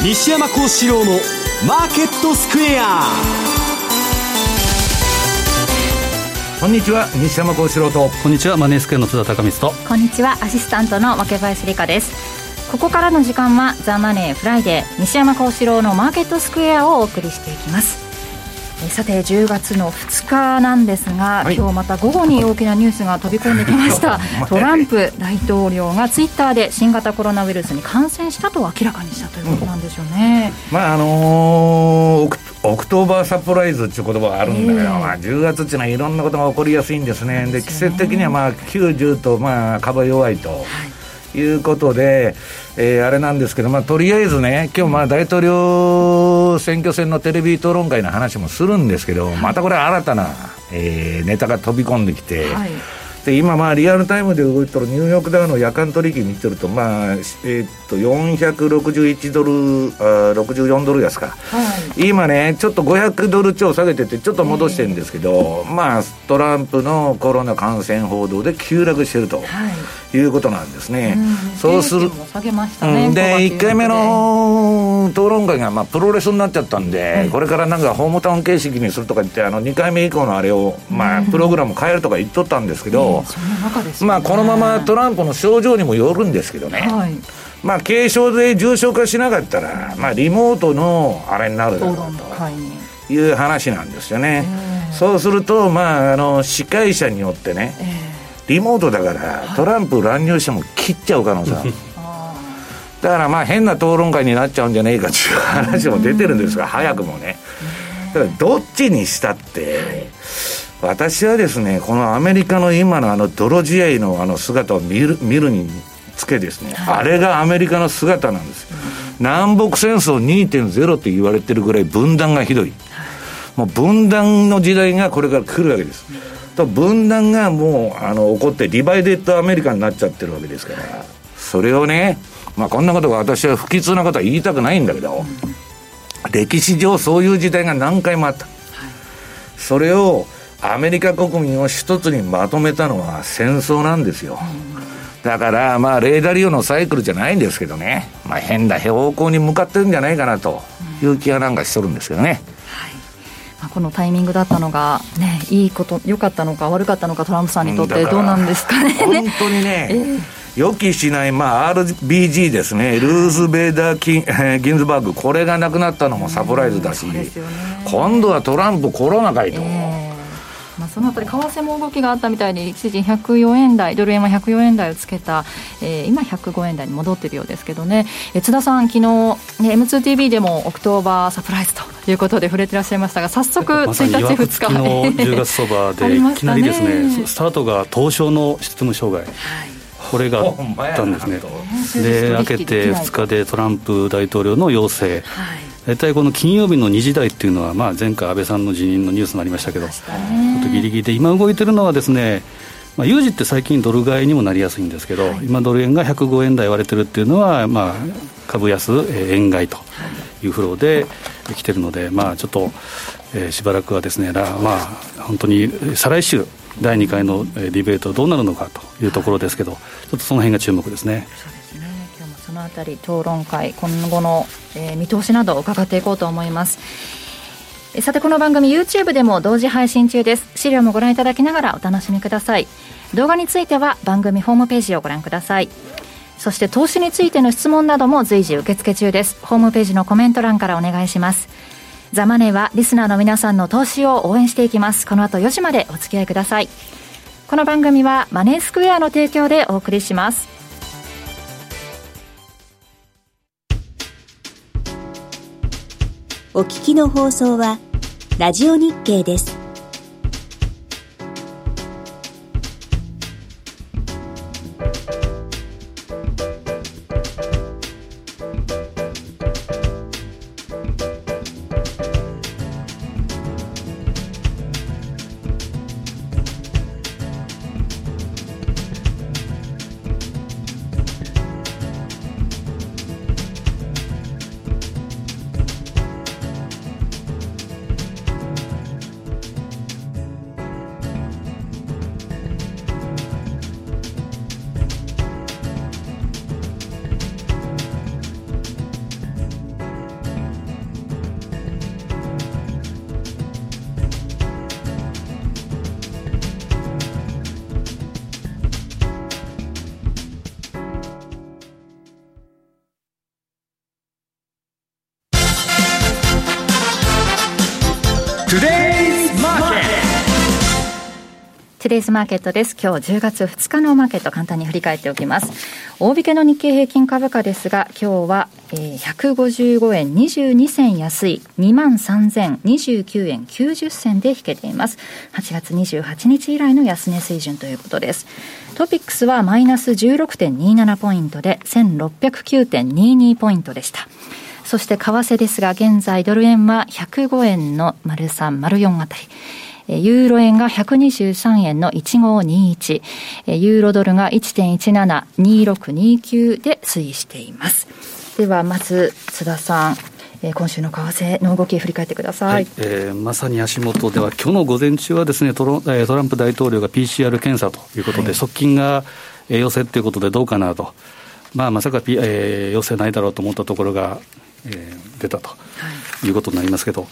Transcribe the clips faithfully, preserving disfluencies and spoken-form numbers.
西山幸四郎のマーケットスクエア。 こんにちは、西山幸四郎と。 こんにちは、マネースクエアの津田孝光と。 こんにちは、アシスタントの若林理香です。ここからの時間はザ・マネーフライデー、西山幸四郎のマーケットスクエアをお送りしていきます。えさてじゅうがつのふつかなんですが、はい、今日また午後に大きなニュースが飛び込んできましたトランプ大統領がツイッターで新型コロナウイルスに感染したと明らかにしたということなんでしょうね、 うん、まああのー、オク、オクトーバーサプライズっていう言葉があるんだけど、えーまあ、じゅうがつっていうのはいろんなことが起こりやすいんですね。で、季節的にはまあきゅうじゅうとまあ株弱いと、はいいうことで、えー、あれなんですけど、まあ、とりあえずね、今日まあ大統領選挙戦のテレビ討論会の話もするんですけど、またこれ新たな、えー、ネタが飛び込んできて、はい、で今まあリアルタイムで動いてるニューヨークダウの夜間取引見てると、まあえー、っとよんひゃくろくじゅういちドル、あろくじゅうよんドル安か、はい、今ねちょっとごひゃくドル超下げててちょっと戻してるんですけど、えー、まあトランプのコロナ感染報道で急落してると、はい、いうことなんですね。 うん、 そうする下げましたね、 うん、でいっかいめの討論会がまあプロレスになっちゃったんで、はい、これからなんかホームタウン形式にするとか言ってあのにかいめ以降のあれを、まあ、プログラム変えるとか言っとったんですけど、 うんその中ですね、 まあ、このままトランプの症状にもよるんですけどね、はいまあ、軽症で重症化しなかったら、まあ、リモートのあれになるだろうという話なんですよね、えー、そうすると、まあ、あの司会者によってね、えー、リモートだからトランプ乱入しても切っちゃう可能性あるだからまあ変な討論会になっちゃうんじゃねえかという話も出てるんですが、早くもね。だからどっちにしたって私はですね、このアメリカの今のあの泥仕合のあの姿を見る、見るにつけですね、はい、あれがアメリカの姿なんですよ、うん、南北戦争 にてんゼロ って言われてるぐらい分断がひどい、はい、もう分断の時代がこれから来るわけです、うん、と分断がもうあの起こってリバイデッドアメリカになっちゃってるわけですから、それをね、まあ、こんなことが私は不吉なことは言いたくないんだけど、うん、歴史上そういう時代が何回もあった、はい、それをアメリカ国民を一つにまとめたのは戦争なんですよ、うん、だからまあレーダーリオのサイクルじゃないんですけどね、まあ、変な方向に向かってるんじゃないかなという気がなんかしとるんですけどね、 はいまあ、このタイミングだったのが、ね、いいこと良かったのか悪かったのかトランプさんにとってどうなんですかね。 本当にね、えー予期しない、まあ、アールビージー ですね、ルーズ・ベイダーキン、えー、ギンズバーグ、これがなくなったのもサプライズだし、うんね、今度はトランプコロナかいと、 えーまあ、そのあたり為替も動きがあったみたいに一時ひゃくよえん台、ドル円はひゃくよえん台をつけた、えー、今ひゃくごえん台に戻っているようですけどね。え津田さん昨日、ね、エムツーティービー でもオクトーバーサプライズということで触れてらっしゃいましたが、早速ついたちふつかまさにいわくつきのじゅうがつ相場でいきなりですねスタートが東証のシステム障害、はいこれがあったんですね。で明けてふつかでトランプ大統領の要請、大体この金曜日のにじ台っていうのは、まあ、前回安倍さんの辞任のニュースになりましたけど、ちょっとギリギリで今動いてるのはですね、まあ、有事って最近ドル買いにもなりやすいんですけど、はい、今ドル円がひゃくごえん台割れてるっていうのは、まあ、株安、えー、円買いというフローで来てるので、まあ、ちょっと、えー、しばらくはですね、まあ、本当に再来週だいにかいのディベートどうなるのかというところですけど、はい、ちょっとその辺が注目ですね。 そうですね、今日もそのあたり討論会今後の、えー、見通しなどを伺っていこうと思います。えさてこの番組 YouTube でも同時配信中です。資料もご覧いただきながらお楽しみください。動画については番組ホームページをご覧ください。そして投資についての質問なども随時受付中です。ホームページのコメント欄からお願いします。ザ・マネーはリスナーの皆さんの投資を応援していきます。この後よじまでお付き合いください。この番組はマネースクエアの提供でお送りします。 お聞きの放送はラジオ日経です。 Today's Market。 トゥデイズマーケットです。今日じゅうがつふつかのマーケット、簡単に振り返っておきます。大引けの日経平均株価ですが、今日は、えー、ひゃくごじゅうごえんにじゅうにせん安い にまんさんぜんにじゅうきゅうえんきゅうじゅっせんで引けています。はちがつにじゅうはちにち以来の安値水準ということです。トピックスはマイナス じゅうろくてんにじゅうなな ポイントで せんろっぴゃくきゅうてんにじゅうに ポイントでした。そして為替ですが、現在ドル円はひゃくごえんの丸さん、丸よんあたり、ユーロ円がひゃくにじゅうさんえんのいちごにいち、ユーロドルが いってんいちななにろくにきゅう で推移しています。ではまず津田さん、今週の為替の動き振り返ってください。はい、 えー、まさに足元では今日の午前中はですね、トロ、トランプ大統領が ピーシーアール 検査ということで、はい、側近が陽性ということでどうかなと、まあ、まさか、P えー、陽性ないだろうと思ったところが、えー、出たということになりますけど、はい、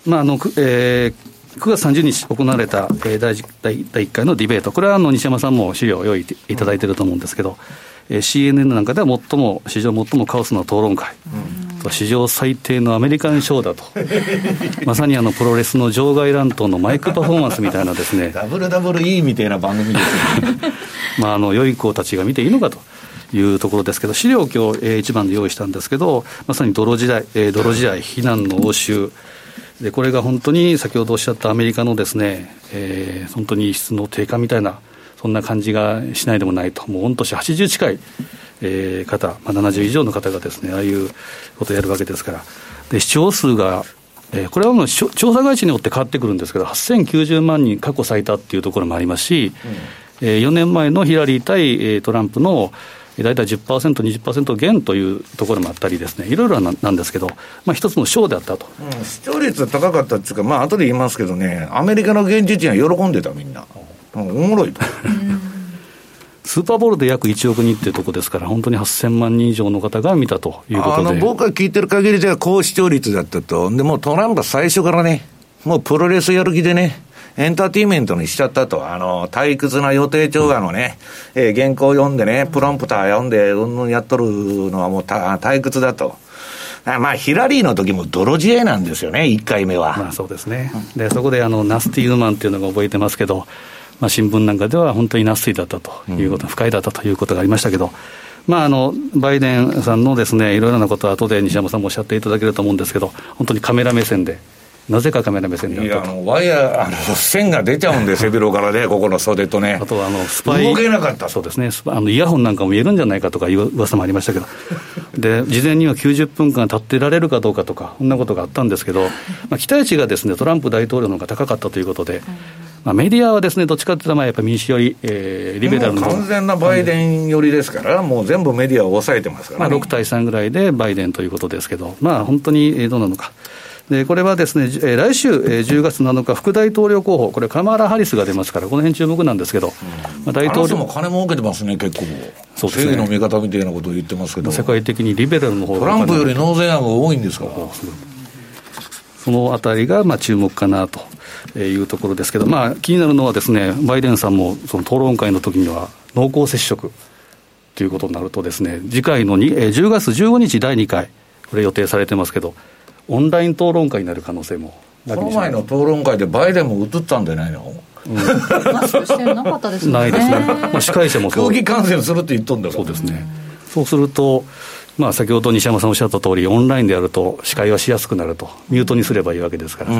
まああのえーくがつさんじゅうにち行われた、えー、第, 第, 第いっかいのディベート、これはあの西山さんも資料を用意いただいていると思うんですけど、うん、えー、シーエヌエヌ なんかでは最も史上最もカオスな討論会、うん、史上最低のアメリカンショーだとまさにあのプロレスの場外乱闘のマイクパフォーマンスみたいなですねダブリューダブリューイー みたいな番組ですよねまああの良い子たちが見ていいのかというところですけど、資料を今日、えー、一番で用意したんですけど、まさに泥時代、えー、泥時代非難の応酬で、これが本当に先ほどおっしゃったアメリカのですね、えー、本当に質の低下みたいな、そんな感じがしないでもないと。もう御年はちじゅう近い、えー、方、まあ、ななじゅう以上の方がですね、ああいうことをやるわけですから。で、視聴数が、えー、これはもう調査会社によって変わってくるんですけど、はっせんきゅうじゅうまんにん過去最多っていうところもありますし、うん、えー、よねんまえのヒラリー対、えー、トランプの大体 じゅっパーセント、にじゅっパーセント 減というところもあったりですね、いろいろな、なんですけど、まあ、一つのショーであったと、 うん、視聴率高かったっていうか、まあ後で言いますけどね、アメリカの現地人は喜んでた、みんな、うん、おもろいとスーパーボールで約いちおくにんっていうところですから、本当にはっせんまんにん以上の方が見たということで、 あの僕が聞いてる限りでは高視聴率だったと。でもトランプは最初からね、もうプロレスやる気でね、エンターテインメントにしちゃったと。あの退屈な予定調和のね、うん、えー、原稿読んでね、プロンプター読んでうんぬんやっとるのはもうた退屈だと。まあヒラリーの時も泥仕合なんですよね、いっかいめは。 まあそうですね、うん、でそこであのナスティウーマンっていうのが覚えてますけど、まあ、新聞なんかでは本当にナスティだったということ、うん、不快だったということがありましたけど、まあ、あのバイデンさんのですね、いろいろなことは後で西山さんもおっしゃっていただけると思うんですけど、本当にカメラ目線で、なぜかカメラ目線であったと。 いや、あのワイヤー、あの線が出ちゃうんで背広からね、ここの袖とね、 あとはあのスパイ動けなかった。 そうですね、あのイヤホンなんかも見えるんじゃないかとかいう噂もありましたけどで事前にはきゅうじゅっぷんかん立ってられるかどうかとか、そんなことがあったんですけど、まあ、期待値がですね、トランプ大統領の方が高かったということで、まあ、メディアはですね、どっちかというとまあやっぱり民主寄り、えー、リベラルの完全なバイデン寄りですから、うん、もう全部メディアを抑えてますからね、 まあ、ろくたいさんぐらいでバイデンということですけど、まあ本当にどうなのか。でこれはですね、えー、来週、えー、じゅうがつなのか副大統領候補、これカマラ・ハリスが出ますから、この辺注目なんですけど、うん、まあ、大統領も金儲けてますね、結構。 そうですね、 正義の味方みたいなことを言ってますけど、 世界的にリベラルの方がトランプより納税案が多いんですから、 そのあたりがまあ注目かなというところですけど、まあ、気になるのはですね、バイデンさんもその討論会の時には濃厚接触ということになるとですね、次回のに、えー、じゅうがつじゅうごにちだいにかい、これ予定されてますけど、オンライン討論会になる可能性も。 この前の討論会でバイデンも映ったんじゃないの、 うん、マスクしてなかったですね。 ないですね、まあ、司会者も空気感染するって言っとんだから。 そうですね、そうすると、まあ、先ほど西山さんおっしゃった通り、オンラインでやると司会はしやすくなると、ミュートにすればいいわけですから、うん、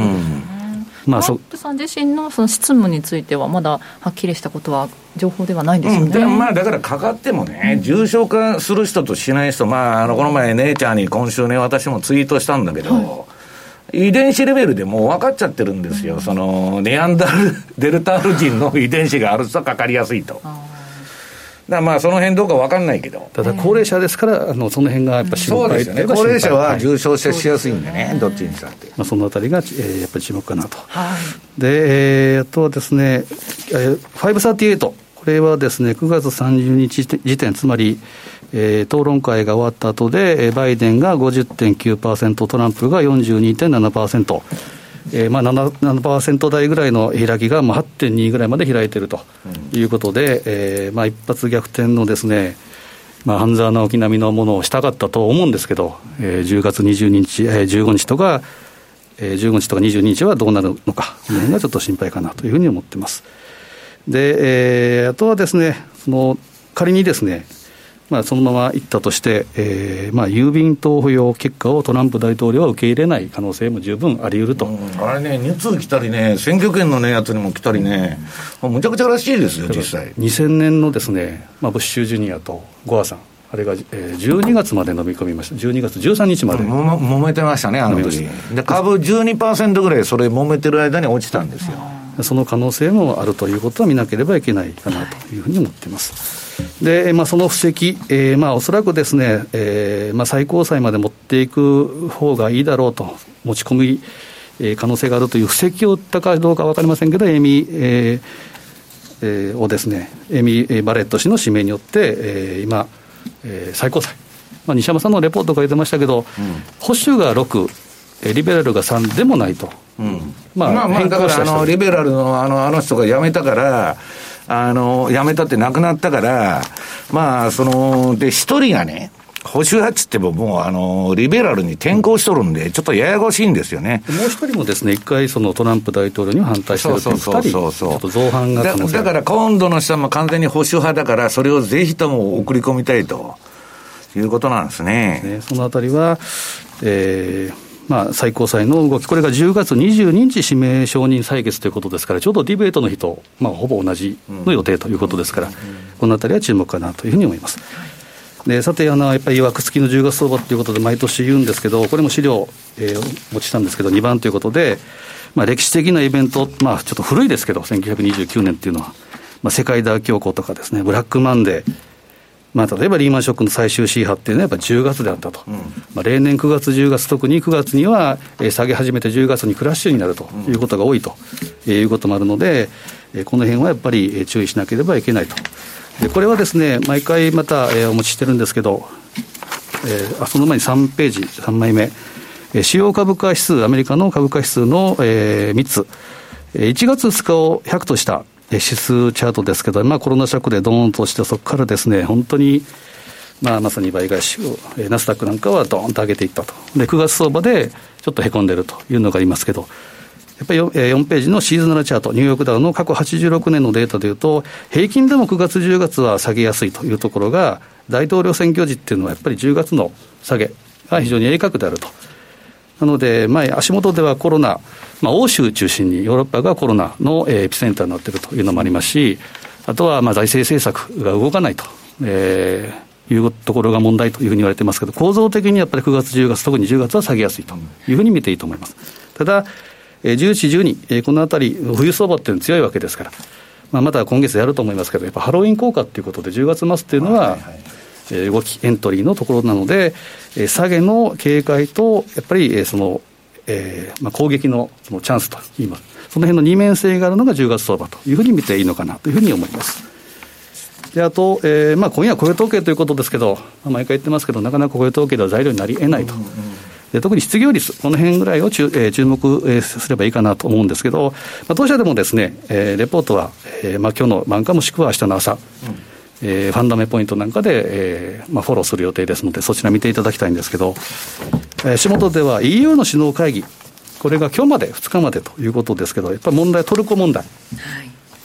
まあ、トランプさん自身 の, その執務についてはまだはっきりしたことは情報ではないんですよね、うん、 でまあ、だからかかってもね、重症化する人としない人、まあ、あのこの前姉ちゃんに今週ね、私もツイートしたんだけど、はい、遺伝子レベルでもう分かっちゃってるんですよ、うん、そのネアンダルデルタール人の遺伝子がある人はかかりやすいと。だまあその辺どうか分かんないけど、 ただ高齢者ですから、あのその辺がやっぱ心配、 そうですよね、高齢者は重症化しやすいんでね、はい、どっちにしたって、 まあ、そのあたりが、えー、やっぱり注目かなと、はい、で、えー、あとはですね、えー、ごさんじゅうはち、これはですね、くがつさんじゅうにち時点、つまり、えー、討論会が終わった後で、バイデンが ごじゅってんきゅうパーセント、トランプが よんじゅうにてんななパーセント、えーまあ、ななパーセント 台ぐらいの開きが、まあ、はってんに ぐらいまで開いているということで、うん、えーまあ、一発逆転のですね、まあ、半沢直樹並みのものをしたかったと思うんですけど、えー、じゅうがつにじゅうににち、えー、じゅうごにちとかえー、じゅうごにちとかにじゅうににちはどうなるのか、この辺がちょっと心配かなというふうに思ってます。で、えー、あとはですね、その仮にですね、まあ、そのままいったとして、えーまあ、郵便投票結果をトランプ大統領は受け入れない可能性も十分あり得ると、うん、あれね、に通来たりね、選挙権の、ね、やつにも来たりね、もうむちゃくちゃらしいですよ、実際。にせんねんのですね、まあ、ブッシュジュニアとゴアさん、あれが、えー、じゅうにがつまで飲み込みました。じゅうにがつじゅうさんにちまでも揉めてましたね、あの時で株 じゅうにパーセント ぐらいそれ揉めてる間に落ちたんですよ。 その可能性もあるということは見なければいけないかなというふうに思っています。で、まあ、その布石、えーまあ、おそらくですね、えーまあ、最高裁まで持っていく方がいいだろうと、持ち込み、えー、可能性があるという布石を打ったかどうか分かりませんけど、エミ、えーえー、をですね、エミ・バレット氏の指名によって、えー、今、えー、最高裁、まあ、西山さんのレポートが出てましたけど、うん、保守がろく、リベラルがさんでもないと、うん、まあ、まあ、まあ、だからあのリベラルのあのあの人が辞めたから、あの辞めたって亡くなったから、まあ、そので一人がね、保守派っつってももうあのリベラルに転向しとるんで、ちょっとややこしいんですよね。もう一人もですね、一回そのトランプ大統領には反対してるというふたり、ちょっと造反が可能性ある。 だから今度の人も完全に保守派だから、それをぜひとも送り込みたいということなんですね。 ね、そのあたりは、えーまあ、最高裁の動き、これがじゅうがつにじゅうににち指名承認採決ということですから、ちょうどディベートの日と、まあ、ほぼ同じの予定ということですから、うん、このあたりは注目かなというふうに思います。で、さて、あのやっぱりいわくつきのじゅうがつ相場ということで毎年言うんですけど、これも資料、えー、お持ちしたんですけど、にばんということで、まあ、歴史的なイベント、まあ、ちょっと古いですけど、せんきゅうひゃくにじゅうきゅうねんっていうのは、まあ、世界大恐慌とかですね、ブラックマンデー、まあ、例えばリーマンショックの最終 C 波っていうのはやっぱりじゅうがつであったと、うんまあ、例年くがつじゅうがつ、特にくがつには、えー、下げ始めてじゅうがつにクラッシュになるということが多いと、うん、いうこともあるので、えー、この辺はやっぱり、えー、注意しなければいけないと。でこれはですね、毎回また、えー、お持ちしてるんですけど、えー、あその前にさんページさんまいめ、えー、主要株価指数、アメリカの株価指数の、えー、みっつ、えー、いちがつつかをひゃくとした指数チャートですけど、まあ、コロナショックでドーンとして、そこからですね、本当に、まあ、まさに倍返しを、えー、ナスダックなんかはドーンと上げていったと。で、くがつ相場でちょっとへこんでるというのがありますけど、やっぱり よん, よんページのシーズナルチャート、ニューヨークダウの過去はちじゅうろくねんのデータでいうと、平均でもくがつじゅうがつは下げやすいというところが、大統領選挙時っていうのはやっぱりじゅうがつの下げが非常に鋭角であると。なので、まあ、足元ではコロナ、まあ、欧州中心にヨーロッパがコロナのエピセンターになっているというのもありますし、あとはまあ財政政策が動かないと、えー、いうところが問題というふうに言われていますけど、構造的にやっぱりくがつじゅうがつ、特にじゅうがつは下げやすいというふうに見ていいと思います。ただじゅういち、じゅうに、このあたり冬相場っていうのは強いわけですから、まあ、また今月やると思いますけど、やっぱハロウィン効果ということでじゅうがつ末っていうのは、はいはいはい、えー、動きエントリーのところなので、えー、下げの警戒とやっぱり、えー、その、えーまあ、攻撃 の, そのチャンスといいます、その辺の二面性があるのがじゅうがつ相場というふうに見ていいのかなというふうに思います。であと、えーまあ、今夜は雇用統計ということですけど、まあ、毎回言ってますけど、なかなか雇用統計では材料になり得ないと、うんうん、で特に失業率、この辺ぐらいを注、えー、注目、えー、すればいいかなと思うんですけど、まあ、当社でもですね、えー、レポートは、えーまあ、今日の晩かもしくは明日の朝、うん、えー、ファンダメポイントなんかで、えーまあ、フォローする予定ですので、そちら見ていただきたいんですけど、えー、下本では イーユー の首脳会議、これが今日までふつかまでということですけど、やっぱり問題、トルコ問題、はい、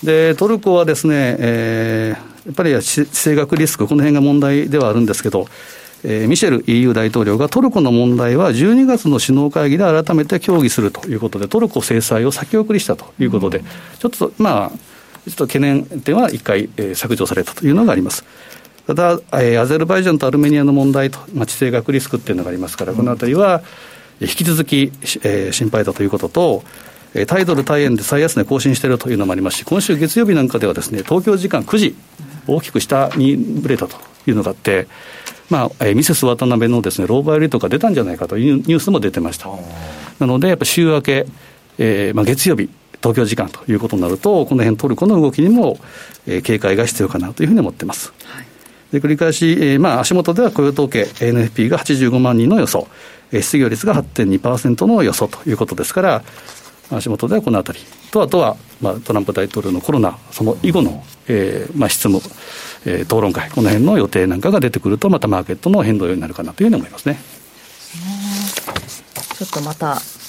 でトルコはですね、えー、やっぱり地政学リスク、この辺が問題ではあるんですけど、えー、ミシェル イーユー 大統領がトルコの問題はじゅうにがつの首脳会議で改めて協議するということで、トルコ制裁を先送りしたということで、うん、ちょっとまあちょっと懸念点はいっかい、えー、削除されたというのがあります。ただ、えー、アゼルバイジャンとアルメニアの問題と、まあ、地政学リスクっていうのがありますから、このあたりは引き続き、えー、心配だということと、えー、タイドル対円で最安値更新しているというのもありますし、今週月曜日なんかではですね、東京時間くじ大きく下にぶれたというのがあって、まあえー、ミセス渡辺のですね、ローバイレートが出たんじゃないかというニュースも出てました。なのでやっぱ週明け、えーまあ、月曜日東京時間ということになると、この辺トルコの動きにも、えー、警戒が必要かなというふうに思っています。はい、で繰り返し、えーまあ、足元では雇用統計 エヌエフピー がはちじゅうごまんにんの予想、えー、失業率が はちてんにパーセント の予想ということですから、足元ではこのあたりと、あとは、まあ、トランプ大統領のコロナその以後の、えーまあ、執務、えー、討論会、この辺の予定なんかが出てくると、またマーケットの変動になるかなというふうに思いますね。 ちょっとまた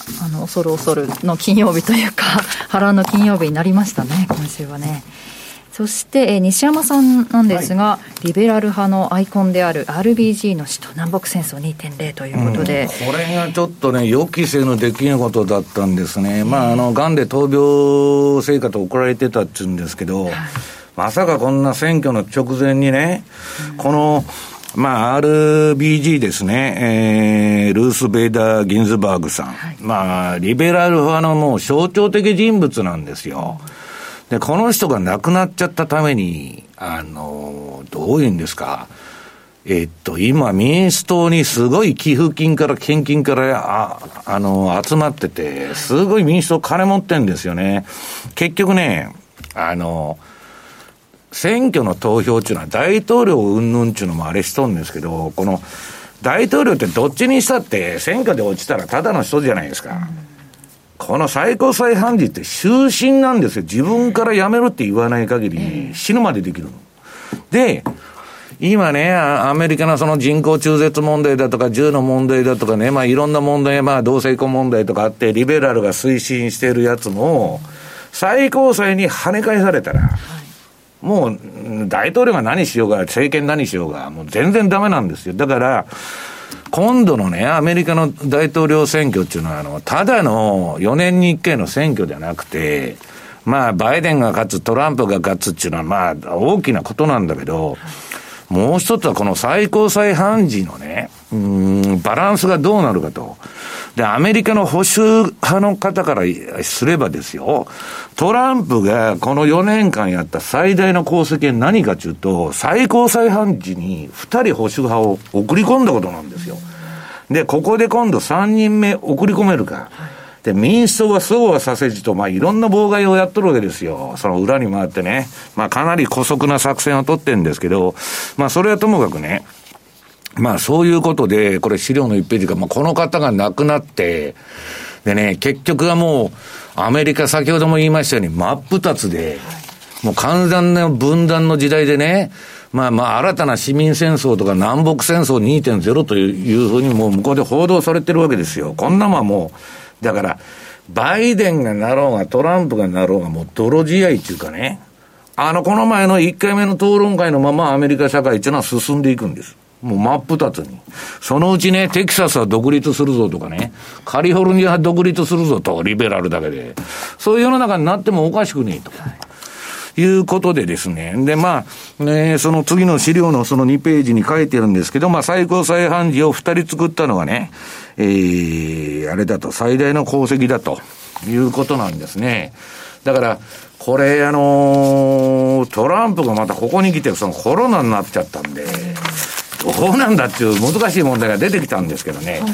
あの恐る恐るの金曜日というか波乱の金曜日になりましたね今週はね。そして、えー、西山さんなんですが、はい、リベラル派のアイコンである アールビージー の首都南北戦争 にてんゼロ ということで、 うん、これがちょっとね予期せぬ出来事だったんですね、まああのがんで闘病生活を送られてたっていうんですけど、はい、まさかこんな選挙の直前にね、うん、このまあ アールビージー ですね、えー、ルース・ベイダー・ギンズバーグさん、はい、まあリベラル派のもう象徴的人物なんですよ。で、この人が亡くなっちゃったために、あの、どういうんですか。えっと、今、民主党にすごい寄付金から献金から、あ、あの、集まってて、すごい民主党金持ってんですよね。結局ね、あの、選挙の投票っていうのは大統領云々っていうのもあれしとんですけど、この大統領ってどっちにしたって選挙で落ちたらただの人じゃないですか。この最高裁判事って終身なんですよ。自分から辞めるって言わない限り死ぬまでできるの。で、今ね、アメリカのその人口中絶問題だとか銃の問題だとかね、まあいろんな問題、まあ同性婚問題とかあって、リベラルが推進しているやつも、最高裁に跳ね返されたら、もう大統領が何しようが、政権何しようが、もう全然ダメなんですよ。だから、今度のね、アメリカの大統領選挙っていうのは、あの、ただのよねんにいっかいの選挙じゃなくて、まあ、バイデンが勝つ、トランプが勝つっていうのは、まあ、大きなことなんだけど、もう一つはこの最高裁判事のね、うーん、バランスがどうなるかと。で、アメリカの保守派の方からすればですよ、トランプがこのよねんかんやった最大の功績は何かというと、最高裁判事にふたり保守派を送り込んだことなんですよ。で、ここで今度さんにんめ送り込めるか。で、民主党はそうはさせじと、まあ、いろんな妨害をやっとるわけですよ。その裏に回ってね。まあ、かなり姑息な作戦を取ってるんですけど、まあ、それはともかくね、まあ、そういうことで、これ資料のいちページが、まあ、この方が亡くなって、でね、結局はもう、アメリカ、先ほども言いましたように、真っ二つで、もう完全な分断の時代でね、まあまあ、新たな市民戦争とか南北戦争 にてんゼロ というふうにもう向こうで報道されてるわけですよ。こんなもんはもう、だから、バイデンがなろうがトランプがなろうがもう泥仕合っていうかね、あの、この前のいっかいめの討論会のままアメリカ社会っていうのは進んでいくんです。もう真っ二つに。そのうちね、テキサスは独立するぞとかね、カリフォルニアは独立するぞと、リベラルだけで。そういう世の中になってもおかしくねえと。はい、いうことでですね。で、まあ、ね、その次の資料のそのにページに書いてるんですけど、まあ、最高裁判事をふたり作ったのがね、えー、あれだと、最大の功績だということなんですね。だから、これ、あのー、トランプがまたここに来て、そのコロナになっちゃったんで、どうなんだっていう難しい問題が出てきたんですけどね。はい、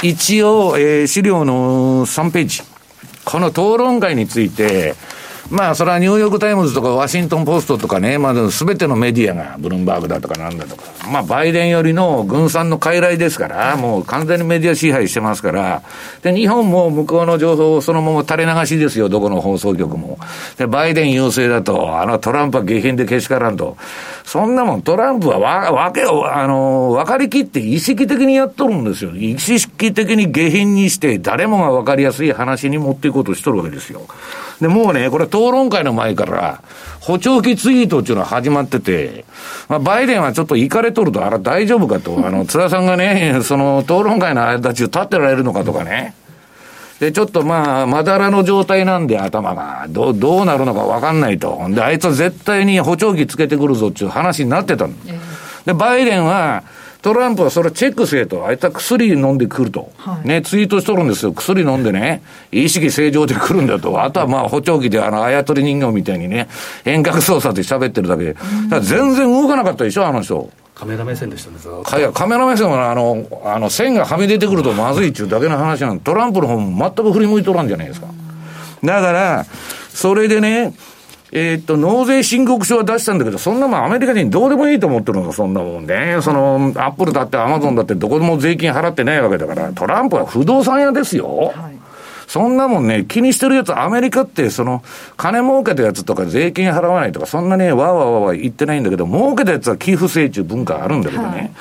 一応、えー、資料のさんページ。この討論会について、まあ、それはニューヨークタイムズとかワシントンポストとかね、まあ、すべてのメディアが、ブルームバーグだとかなんだとか、まあ、バイデンよりの軍産の傀儡ですから、もう完全にメディア支配してますから、で、日本も向こうの情報をそのまま垂れ流しですよ、どこの放送局も。で、バイデン優勢だと、あのトランプは下品でけしからんと。そんなもん、トランプはわ、わけを、あの、分かりきって意識的にやっとるんですよ。意識的に下品にして、誰もが分かりやすい話に持っていこうとしとるわけですよ。で、もうね、これ討論会の前から、補聴器ツイートっていうのは始まってて、まあ、バイデンはちょっとイカれとると、あら大丈夫かと、あの、津田さんがね、その討論会の間中立ってられるのかとかね。で、ちょっとまあ、まだらの状態なんで頭が、どう、どうなるのかわかんないと。で、あいつは絶対に補聴器つけてくるぞっていう話になってたの。で、バイデンは、トランプはそれチェックせえと、あいつは薬飲んでくると、はい、ね、ツイートしとるんですよ。薬飲んでね、意識正常で来るんだと。あとはまあ補聴器であの、あやとり人形みたいにね、遠隔操作で喋ってるだけで。だから全然動かなかったでしょ、あの人。 カメラ目線でしたね、 かやカメラ目線はあの、あの、線がはみ出てくるとまずいっていうだけの話なんで、トランプの方も全く振り向いとらんじゃないですか。だから、それでね、えー、っと、納税申告書は出したんだけど、そんなもんアメリカ人どうでもいいと思ってるのか、そんなもんね。その、アップルだってアマゾンだってどこでも税金払ってないわけだから、トランプは不動産屋ですよ。はい、そんなもんね、気にしてるやつ、アメリカって、その、金儲けたやつとか税金払わないとか、そんなね、わーわーわーわー言ってないんだけど、儲けたやつは寄付制っていう文化あるんだけどね。はい、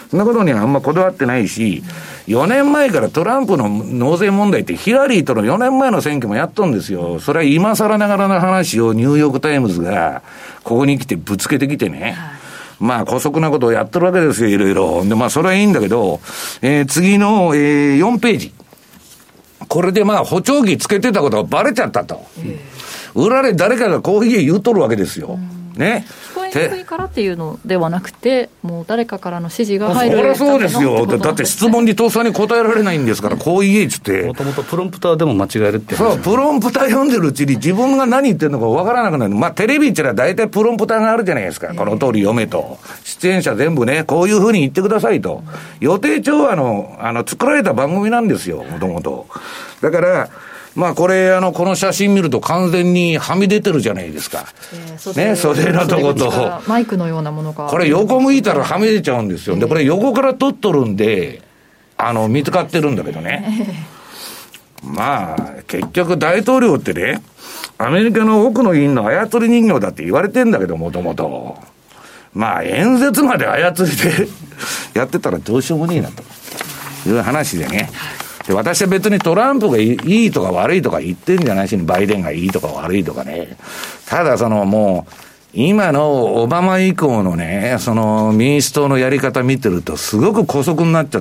そんなことにはあんまこだわってないし、よねんまえからトランプの納税問題ってヒラリーとのよねんまえの選挙もやっとんですよ。それは今更ながらの話をニューヨークタイムズがここに来てぶつけてきてね、まあ、姑息なことをやってるわけですよ、いろいろ。で、まあ、それはいいんだけど、えー、次の、えー、よんページ。これでまあ、補聴器つけてたことがバレちゃったと。うん、裏で誰かがコーヒー言うとるわけですよ。うん、ね。 聞こえにくいからっていうのではなくて、もう誰かからの指示が入る。 そりゃそうですよ。だって質問にとっさに答えられないんですから、こう言えっつって。 もともとプロンプターでも間違えるって。 そう、プロンプター読んでるうちに自分が何言ってるのかわからなくなる。まあ、テレビってのは大体プロンプターがあるじゃないですか。この通り読めと。出演者全部ね、こういうふうに言ってくださいと。予定調和の、あの、作られた番組なんですよ、もともと。だから、まあこれ、あの、この写真見ると完全にはみ出てるじゃないですか。えー、袖ね、袖のとこと。 マイクのようなものが。 これ横向いたらはみ出ちゃうんですよ。で、これ横から撮っとるんで、あの、見つかってるんだけどね。えー、まあ、結局大統領ってね、アメリカの奥の院の操り人形だって言われてんだけど、もともと。まあ、演説まで操りでやってたらどうしようもねえなという話でね。で、私は別にトランプがいいとか悪いとか言ってんじゃないし、バイデンがいいとか悪いとかね。ただそのもう、今のオバマ以降のね、その民主党のやり方見てるとすごく姑息になっちゃって、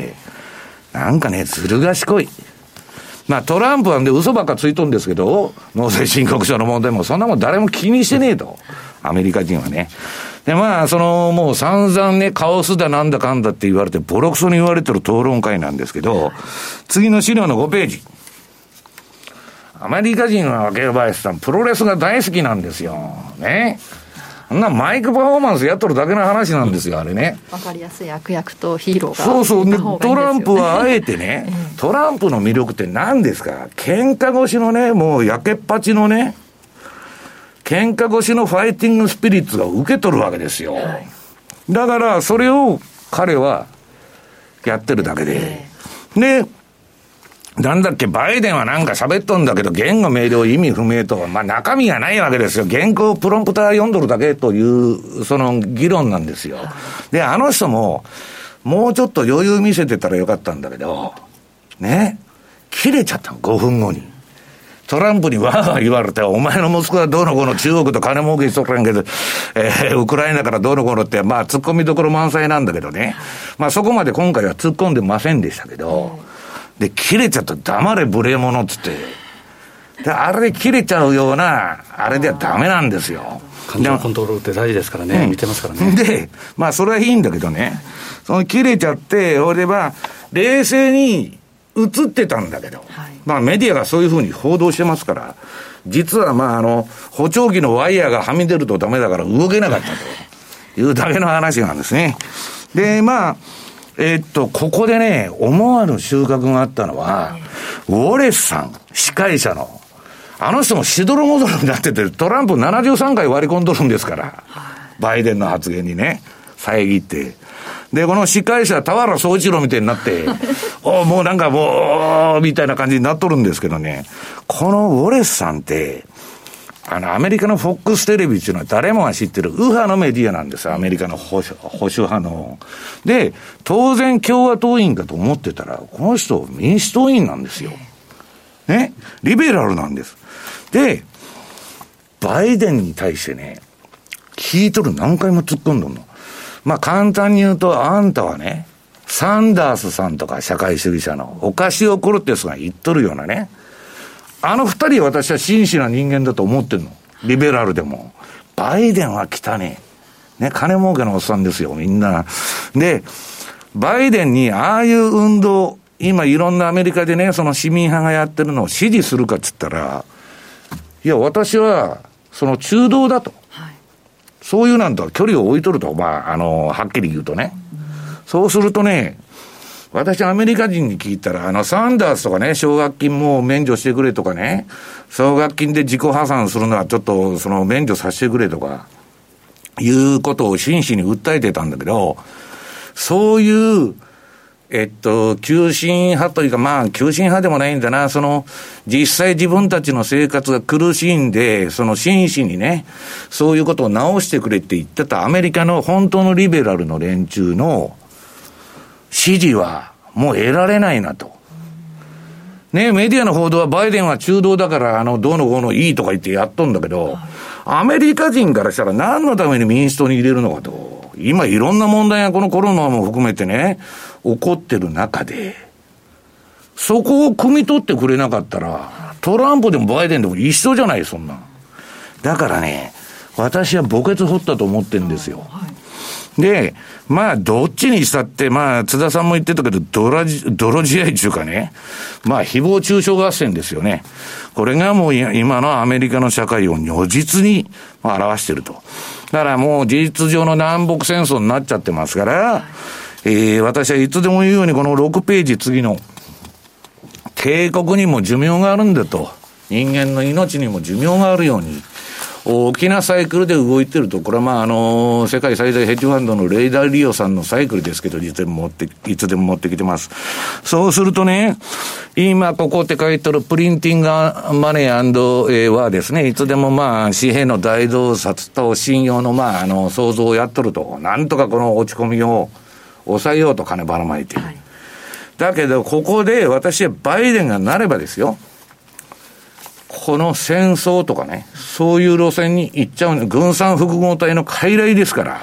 なんかね、ずる賢い。まあトランプはね、嘘ばっかついとるんですけど、納税申告書の問題もそんなもん誰も気にしてねえと。アメリカ人はね。で、まあ、その、もう散々ね、カオスだなんだかんだって言われて、ボロクソに言われてる討論会なんですけど、次の資料のごページ。アメリカ人は若林さん、プロレスが大好きなんですよ。ね。あんなマイクパフォーマンスやっとるだけの話なんですよ、あれね。 わかりやすい悪役とヒーローが。 そうそう。で、トランプはあえてね、トランプの魅力って何ですか？喧嘩越しのね、もう焼けっぱちのね、喧嘩越しのファイティングスピリッツが受け取るわけですよ。はい、だから、それを彼はやってるだけで。で、なんだっけ、バイデンはなんか喋っとんだけど、言語明瞭意味不明と、まあ中身がないわけですよ。原稿プロンプター読んどるだけという、その議論なんですよ。で、あの人も、もうちょっと余裕見せてたらよかったんだけど、ね、切れちゃったの、ごふんごに。トランプにわーわー言われて、お前の息子はどうのこうの中国と金儲けしとらんけど、えー、ウクライナからどうのこうのって、まあ突っ込みどころ満載なんだけどね。まあそこまで今回は突っ込んでませんでしたけど、で、切れちゃった黙れ無礼者っつって。で、あれで切れちゃうような、あれではダメなんですよ。 感情コントロールって大事ですからね、うん、見てますからね。 で、まあそれはいいんだけどね、その切れちゃって、俺は冷静に映ってたんだけど、はい、まあメディアがそういうふうに報道してますから、実はまああの、補聴器のワイヤーがはみ出るとダメだから動けなかったというだけの話なんですね。で、まあ、えー、っと、ここでね、思わぬ収穫があったのは、はい、ウォレスさん、司会者の、あの人もしどろもどろになってて、トランプななじゅうさんかい割り込んどるんですから、バイデンの発言にね、遮って。で、この司会者、田原総一郎みたいになって、おもうなんかもう、みたいな感じになっとるんですけどね、このウォレスさんって、あの、アメリカのフォックステレビっていうのは誰もが知ってる右派のメディアなんですよ。アメリカの保守、保守派の。で、当然共和党員かと思ってたら、この人民主党員なんですよ。ね。リベラルなんです。で、バイデンに対してね、聞いとる何回も突っ込んどんの。まあ簡単に言うと、あんたはね、サンダースさんとか社会主義者のオカシオ・コルテスが言っとるようなね、あの二人は私は真摯な人間だと思ってるの。リベラルでも。バイデンは汚ねえ。ね、金儲けのおっさんですよ、みんな。で、バイデンにああいう運動、今いろんなアメリカでね、その市民派がやってるのを支持するかっつったら、いや、私は、その中道だと。はい、そういうなんとは距離を置いとると、まあ、あの、はっきり言うとね。うん、そうするとね、私アメリカ人に聞いたら、あの、サンダースとかね、奨学金も免除してくれとかね、奨学金で自己破産するのはちょっと、その免除させてくれとか、いうことを真摯に訴えてたんだけど、そういう、えっと、急進派というか、まあ、急進派でもないんだな、その、実際自分たちの生活が苦しいんで、その真摯にね、そういうことを直してくれって言ってたアメリカの本当のリベラルの連中の、 支持はもう得られないなと。ね、メディアの報道はバイデンは中道だからあのどうのこうのいいとか言ってやっとんだけど、アメリカ人からしたら何のために民主党に入れるのかと。今いろんな問題がこのコロナも含めてね起こってる中で、そこを汲み取ってくれなかったらトランプでもバイデンでも一緒じゃない、そんな。だからね、私は墓穴掘ったと思ってるんですよ。で、まあ、どっちにしたって、まあ、津田さんも言ってたけど、泥仕合中かね。まあ、誹謗中傷合戦ですよね。これがもう今のアメリカの社会を如実に表していると。だからもう事実上の南北戦争になっちゃってますから、えー、私はいつでも言うようにこのろくページ次の、帝国にも寿命があるんだと。人間の命にも寿命があるように。大きなサイクルで動いてると、これはまああの世界最大ヘッジファンドのレイダー・リオさんのサイクルですけど、いつでも持っていつでも持ってきてます。そうするとね、今ここって書いてるプリンティングマネー&はですね、いつでもまあ紙幣の大増刷と信用のまああの創造をやっとると、なんとかこの落ち込みを抑えようと金ばらまいて、はい、だけどここで私はバイデンがなればですよ、この戦争とかね、そういう路線に行っちゃう、軍産複合体の傀儡ですから、はい、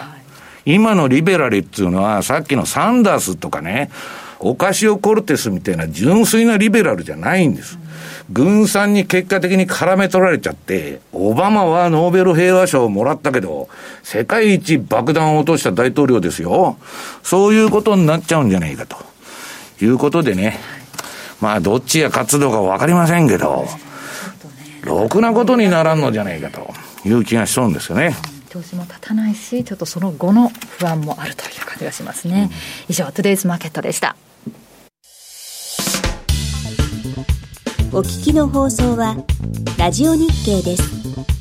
今のリベラルっていうのはさっきのサンダースとかね、オカシオ・コルテスみたいな純粋なリベラルじゃないんです、うん、軍産に結果的に絡め取られちゃって、オバマはノーベル平和賞をもらったけど世界一爆弾を落とした大統領ですよ。そういうことになっちゃうんじゃないかということでね、まあどっちが勝つのか分かりませんけど、ろくなことにならんのじゃないかという気がしそうですよね。 投資も立たないし、ちょっとその後の不安もあるという感じがしますね、うん、以上トゥデイズマーケットでした。 お聞きの放送はラジオ日経です。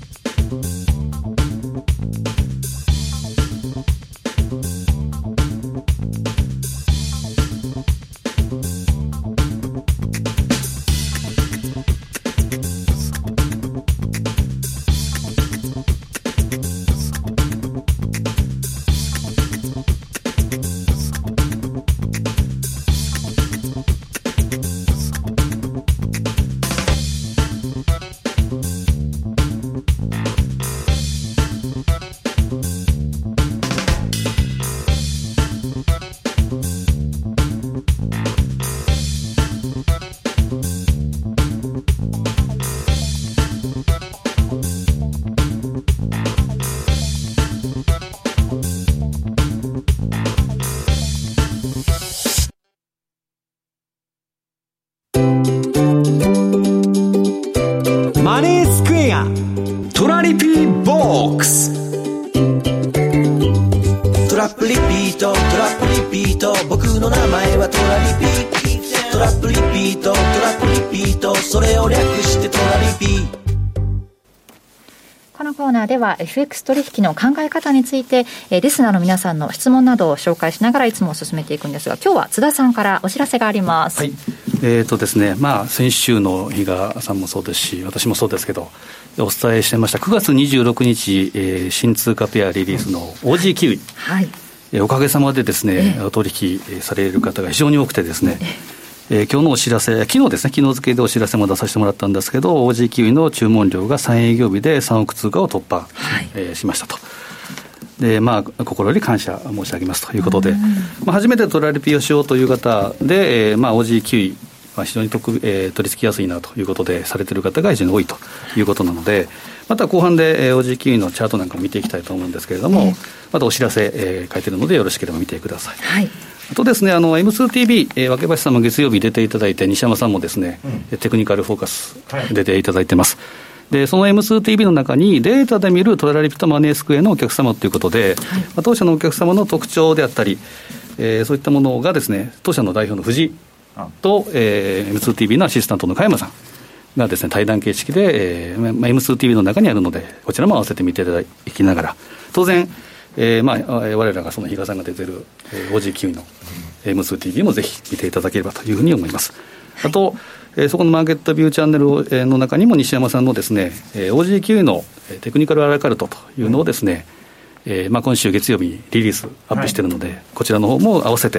では エフエックス 取引の考え方について、えー、リスナーの皆さんの質問などを紹介しながらいつも進めていくんですが、今日は津田さんからお知らせがあります。 はい、えーとですね、まあ、先週の比嘉さんもそうですし、私もそうですけどお伝えしてましたくがつにじゅうろくにち、えー、新通貨ペアリリースの オージー キウイ、はい、えー、おかげさまでですね、お取引される方が非常に多くてですね、えー、今日のお知らせ、昨日ですね、昨日付でお知らせも出させてもらったんですけど、 オージー キウイの注文量がさん営業日でさんおく通貨を突破、はい、えー、しましたと。で、まあ、心より感謝申し上げますということで、まあ、初めてトラリピをしようという方で、えーまあ、オージー キウイ、まあ、非常に得、えー、取り付きやすいなということでされている方が非常に多いということなので、また後半で、えー、オージー キウイのチャートなんかも見ていきたいと思うんですけれども、うん、またお知らせ、えー、書いているのでよろしければ見てください。はい、あとですね、あの エムツーティービー、えー、若林さんも月曜日出ていただいて、西山さんもですね、うん、テクニカルフォーカス出ていただいてます。でその エムツーティービー の中にデータで見るトラリピとマネースクエアのお客様ということで、はい、まあ、当社のお客様の特徴であったり、えー、そういったものがですね、当社の代表の藤井と、えー、エムツーティービー のアシスタントの加山さんがですね、対談形式で、えーまあ、エムツーティービー の中にあるので、こちらも合わせて見ていただきながら、当然、えーまあ、我らがその比嘉さんが出ている、えー、オージー キウイの エムツーティービー もぜひ見ていただければというふうに思います。あと、えー、そこのマーケットビューチャンネルの中にも西山さんのですね、えー、オージー キウイのテクニカルアラカルトというのをですね、うん、えーまあ、今週月曜日にリリースアップしているので、はい、こちらの方も合わせて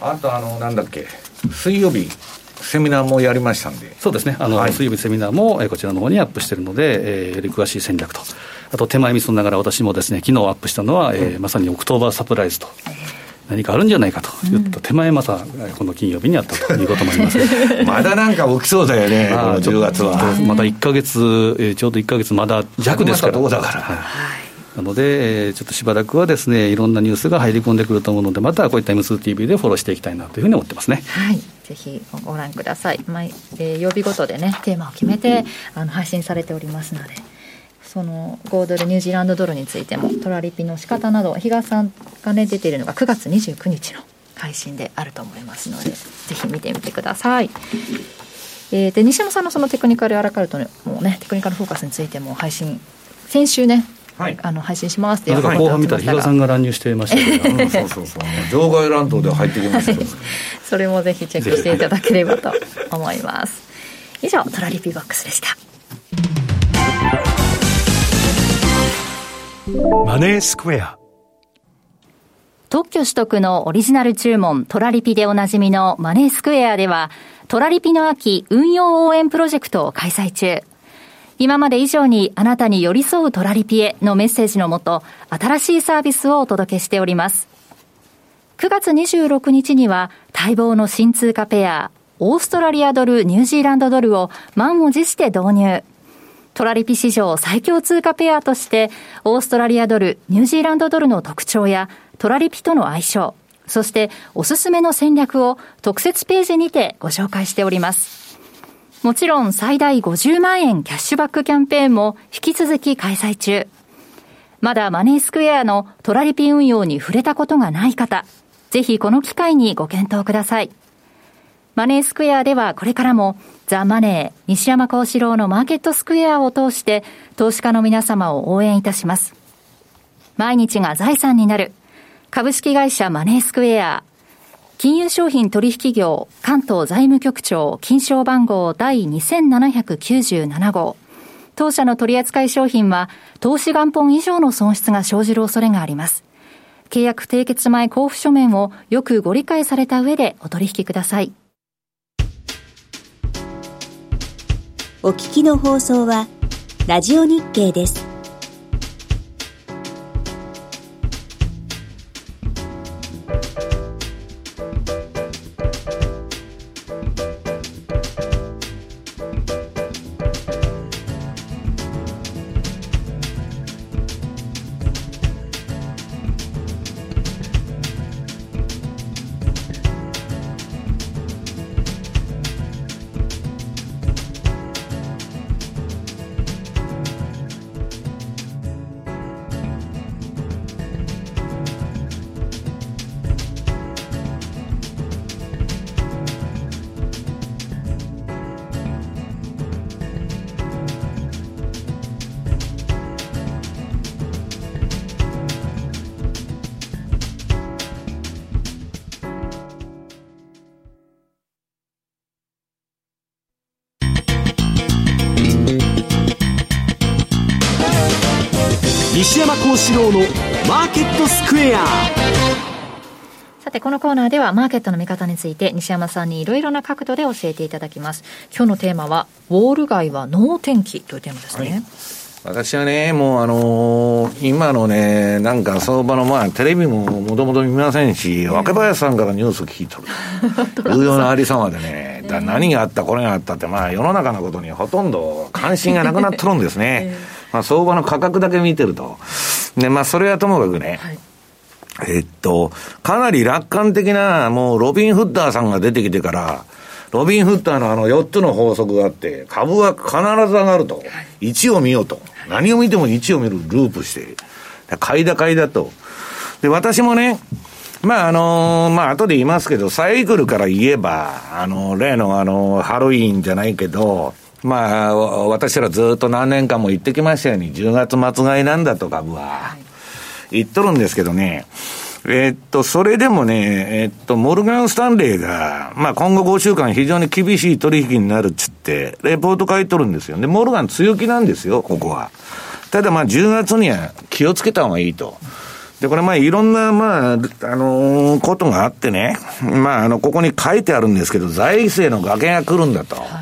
あとあのなんだっけ水曜日セミナーもやりましたんで。 そうですね、あの、はい、水曜日セミナーも、えー、こちらの方にアップしているので、えー、より詳しい戦略と、あと手前味噌ながら私もですね、昨日アップしたのは、えー、まさにオクトーバーサプライズと、何かあるんじゃないかといった手前、またこの金曜日にあったということもありますまだなんか起きそうだよね、このじゅうがつは。 まだいっかげつ、えー、ちょうどいっかげつまだ弱ですから。 どうだから、 はい、なので、えー、ちょっとしばらくはですね、いろんなニュースが入り込んでくると思うので、またこういった エムツーティーブイ でフォローしていきたいなというふうに思ってますね。 はい、ぜひご覧ください。毎、えー、曜日ごとでね、テーマを決めてあの配信されておりますので、その豪ドルニュージーランドドルについてもトラリピの仕方など、比嘉さんがね出ているのがくがつにじゅうくにちの配信であると思いますので、ぜひ見てみてください。えー、で西山さんのそのテクニカルアラカルトもね、テクニカルフォーカスについても配信先週ね、はい、あの配信しますっていう後半見たら比嘉さんが乱入してましたけど、うん、 そうそうそう場外乱闘で入ってきましたそれもぜひチェックしていただければと思います以上トラリピボックスでした。 マネースクエア。 特許取得のオリジナル注文トラリピでおなじみのマネースクエアでは、トラリピの秋運用応援プロジェクトを開催中。今まで以上にあなたに寄り添うトラリピへのメッセージのもと、新しいサービスをお届けしております。くがつにじゅうろくにちには待望の新通貨ペアオーストラリアドルニュージーランドドルを満を持して導入。トラリピ史上最強通貨ペアとしてオーストラリアドルニュージーランドドルの特徴やトラリピとの相性、そしておすすめの戦略を特設ページにてご紹介しております。もちろん最大ごじゅうまんえんキャッシュバックキャンペーンも引き続き開催中。まだマネースクエアのトラリピ運用に触れたことがない方、ぜひこの機会にご検討ください。マネースクエアではこれからもザ・マネー西山幸四郎のマーケットスクエアを通して投資家の皆様を応援いたします。毎日が財産になる株式会社マネースクエア、金融商品取引業関東財務局長金賞番号第にせんななひゃくきゅうじゅうなな号。当社の取扱い商品は投資元本以上の損失が生じる恐れがあります。契約締結前交付書面をよくご理解された上でお取引ください。 お聞きの放送はラジオ日経です。 西山幸四郎のマーケットスクエア。 さてこのコーナーではマーケットの見方について西山さんにいろいろな角度で教えていただきます。今日のテーマはウォール街はノー天気というテーマですね。はい、 私はねもうあのー、今のねなんか相場のまあテレビももともと見ませんし、若林さんからニュース聞いとるというようなありさまでね、だ何があったこれがあったってまあ世の中のことにほとんど関心がなくなっとるんですね。まあ相場の価格だけ見てると。でまあそれはともかくね、はい、えっとかなり楽観的なもうロビン・フッターさんが出てきてから、ロビン・フッターのあのよっつの法則があって、株は必ず上がると、はい、いちを見ようと、何を見てもいちを見るループして、買いだ買いだと。で私もねまああのー、まあ後で言いますけど、サイクルから言えばあの例のあのハロウィーンじゃないけど、まあ私らずっと何年間も言ってきましたようにじゅうがつ末買いなんだと株は言っとるんですけどね、えー、っとそれでもねえー、っとモルガン・スタンレーがまあ今後ごしゅうかん非常に厳しい取引になるっつってレポート書いとるんですよ。でモルガン強気なんですよここは。ただまあじゅうがつには気をつけた方がいいと。 で、これまあいろんなまあ、あのー、ことがあってね、まああの、ここに書いてあるんですけど、財政の崖が来るんだと。はい、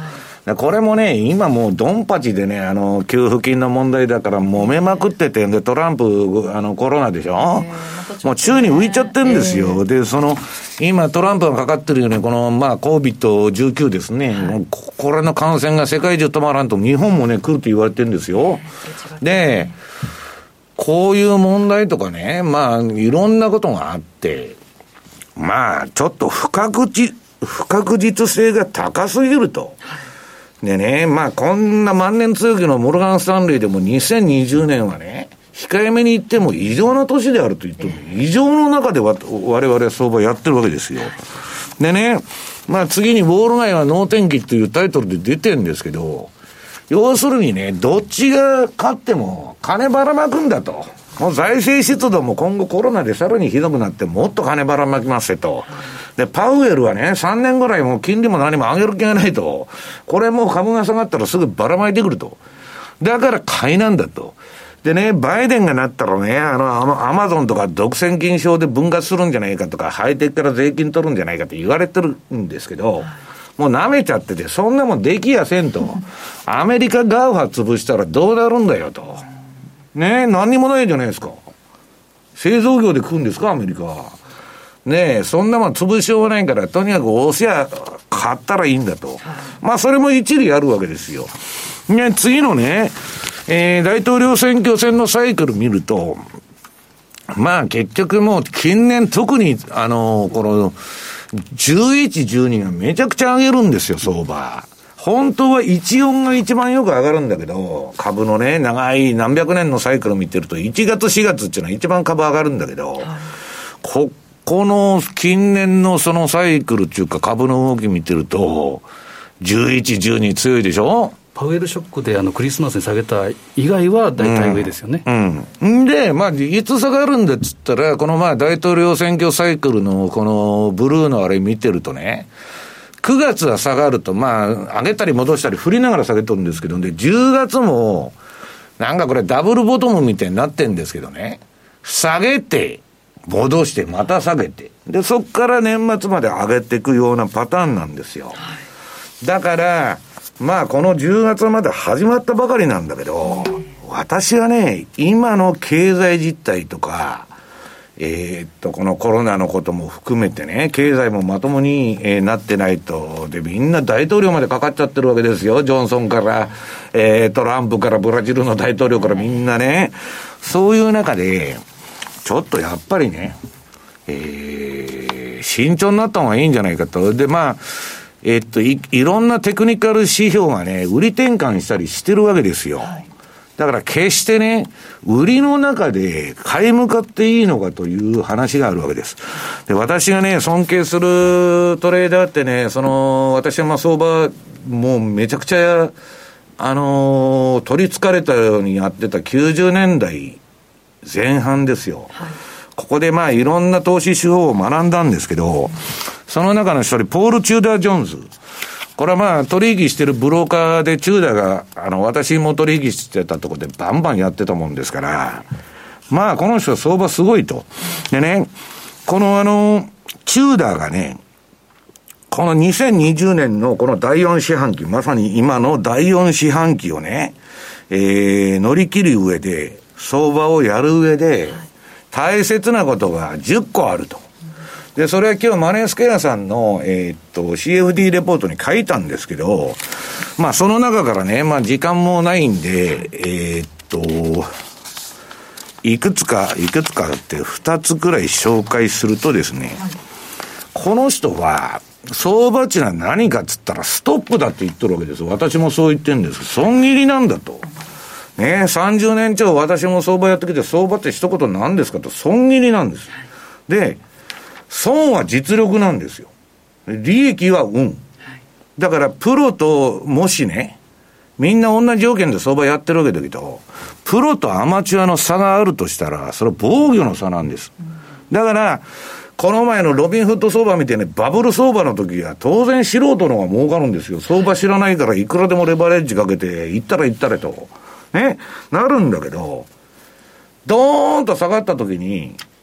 これもね、今もうドンパチでね、あの、給付金の問題だから揉めまくってて、で、トランプ、あの、コロナでしょ、えー、もう宙に浮いちゃってるんですよ。えー、で、その、今トランプがかかってるよね、この、まあ、コービッドじゅうきゅう ですね、はい、これの感染が世界中止まらんと、日本もね、来ると言われてるんですよ。えー、で、こういう問題とかね、まあ、いろんなことがあって、まあ、ちょっと不確実、不確実性が高すぎると。でね、まあ、こんな万年強気のモルガン・スタンレーでもにせんにじゅうねんはね、控えめに言っても異常な年であると言っても、異常の中で我々は相場やってるわけですよ。でね、まあ次にウォール街は能天気っていうタイトルで出てるんですけど、要するにね、どっちが勝っても金ばらまくんだと。もう財政出動も今後コロナでさらにひどくなってもっと金ばらまきますと。で、パウエルはね、さんねんぐらいもう金利も何も上げる気がないと。これもう株が下がったらすぐばらまいてくると。だから買いなんだと。でね、バイデンがなったらね、あの、アマゾンとか独占禁止法で分割するんじゃないかとか、ハイテクから税金取るんじゃないかって言われてるんですけど、もう舐めちゃってて、そんなもんできやせんと。アメリカガウハ潰したらどうなるんだよと。ねえ、何にもないじゃないですか。製造業で食うんですか、アメリカは。ねえ、そんなもん潰しようがないから、とにかくおせや買ったらいいんだと。まあ、それも一理あるわけですよ。ね、次のね、えー、大統領選挙戦のサイクル見ると、まあ結局もう近年特に、あのー、この、じゅういち、じゅうにがめちゃくちゃ上げるんですよ、相場。本当はいちじゅうよんが一番よく上がるんだけど、株のね、長い何百年のサイクル見てると、いちがつしがつっていうのは一番株上がるんだけど、はい、ここの近年のそのサイクルっていうか株の動き見てると、じゅういち、じゅうに強いでしょ。 パウエルショックであのクリスマスに下げた以外は大体上ですよね。 うん。うん、で、まあ、いつ下がるんだっつったら、このまあ大統領選挙サイクルのこのブルーのあれ見てるとね、くがつは下がると、まあ、上げたり戻したり振りながら下げとるんですけど、で、じゅうがつも、なんかこれダブルボトムみたいになってんですけどね、下げて、戻して、また下げて、で、そっから年末まで上げていくようなパターンなんですよ。だから、まあ、このじゅうがつまで始まったばかりなんだけど、私はね、今の経済実態とか、えー、っと、このコロナのことも含めてね、経済もまともに、えー、なってないと、で、みんな大統領までかかっちゃってるわけですよ。ジョンソンから、えー、トランプから、ブラジルの大統領からみんなね。そういう中で、ちょっとやっぱりね、えー、慎重になった方がいいんじゃないかと。で、まあ、えー、っとい、いろんなテクニカル指標がね、売り転換したりしてるわけですよ。はい、だから決してね、売りの中で買い向かっていいのかという話があるわけです。で、私がね、尊敬するトレーダーってね、その、私はまあ相場、もうめちゃくちゃ、あのー、取り憑かれたようにやってたきゅうじゅうねんだいぜん半ですよ。はい、ここでまあいろんな投資手法を学んだんですけど、うん、その中の一人、ポール・チューダー・ジョーンズ。これはまあ取引してるブローカーでチューダーが、あの、私も取引してたところでバンバンやってたもんですから、まあこの人は相場すごいと。でね、このあの、チューダーがね、このにせんにじゅうねんのこのだいよん四半期、まさに今のだいよん四半期をね、えー、乗り切る上で、相場をやる上で、大切なことがじゅっこあると。で、それは今日マネースケアさんの、えー、っと、シーエフディー レポートに書いたんですけど、まあその中からね、まあ時間もないんで、えー、っと、いくつか、いくつかってふたつくらい紹介するとですね、この人は、相場値は何かっつったらストップだって言ってるわけです。私もそう言ってるんです。損切りなんだと。ねえ、さんじゅうねん超私も相場やってきて、相場って一言何ですかと、損切りなんです。で、損は実力なんですよ。利益は運。だからプロともしね、みんな同じ条件で相場やってるわけだけど、プロとアマチュアの差があるとしたら、それは防御の差なんです。だから、この前のロビンフッド相場みたいにバブル相場の時は当然素人の方が儲かるんですよ。相場知らないからいくらでもレバレッジかけて行ったら行ったれと。ね、なるんだけど、ドーンと下がった時に、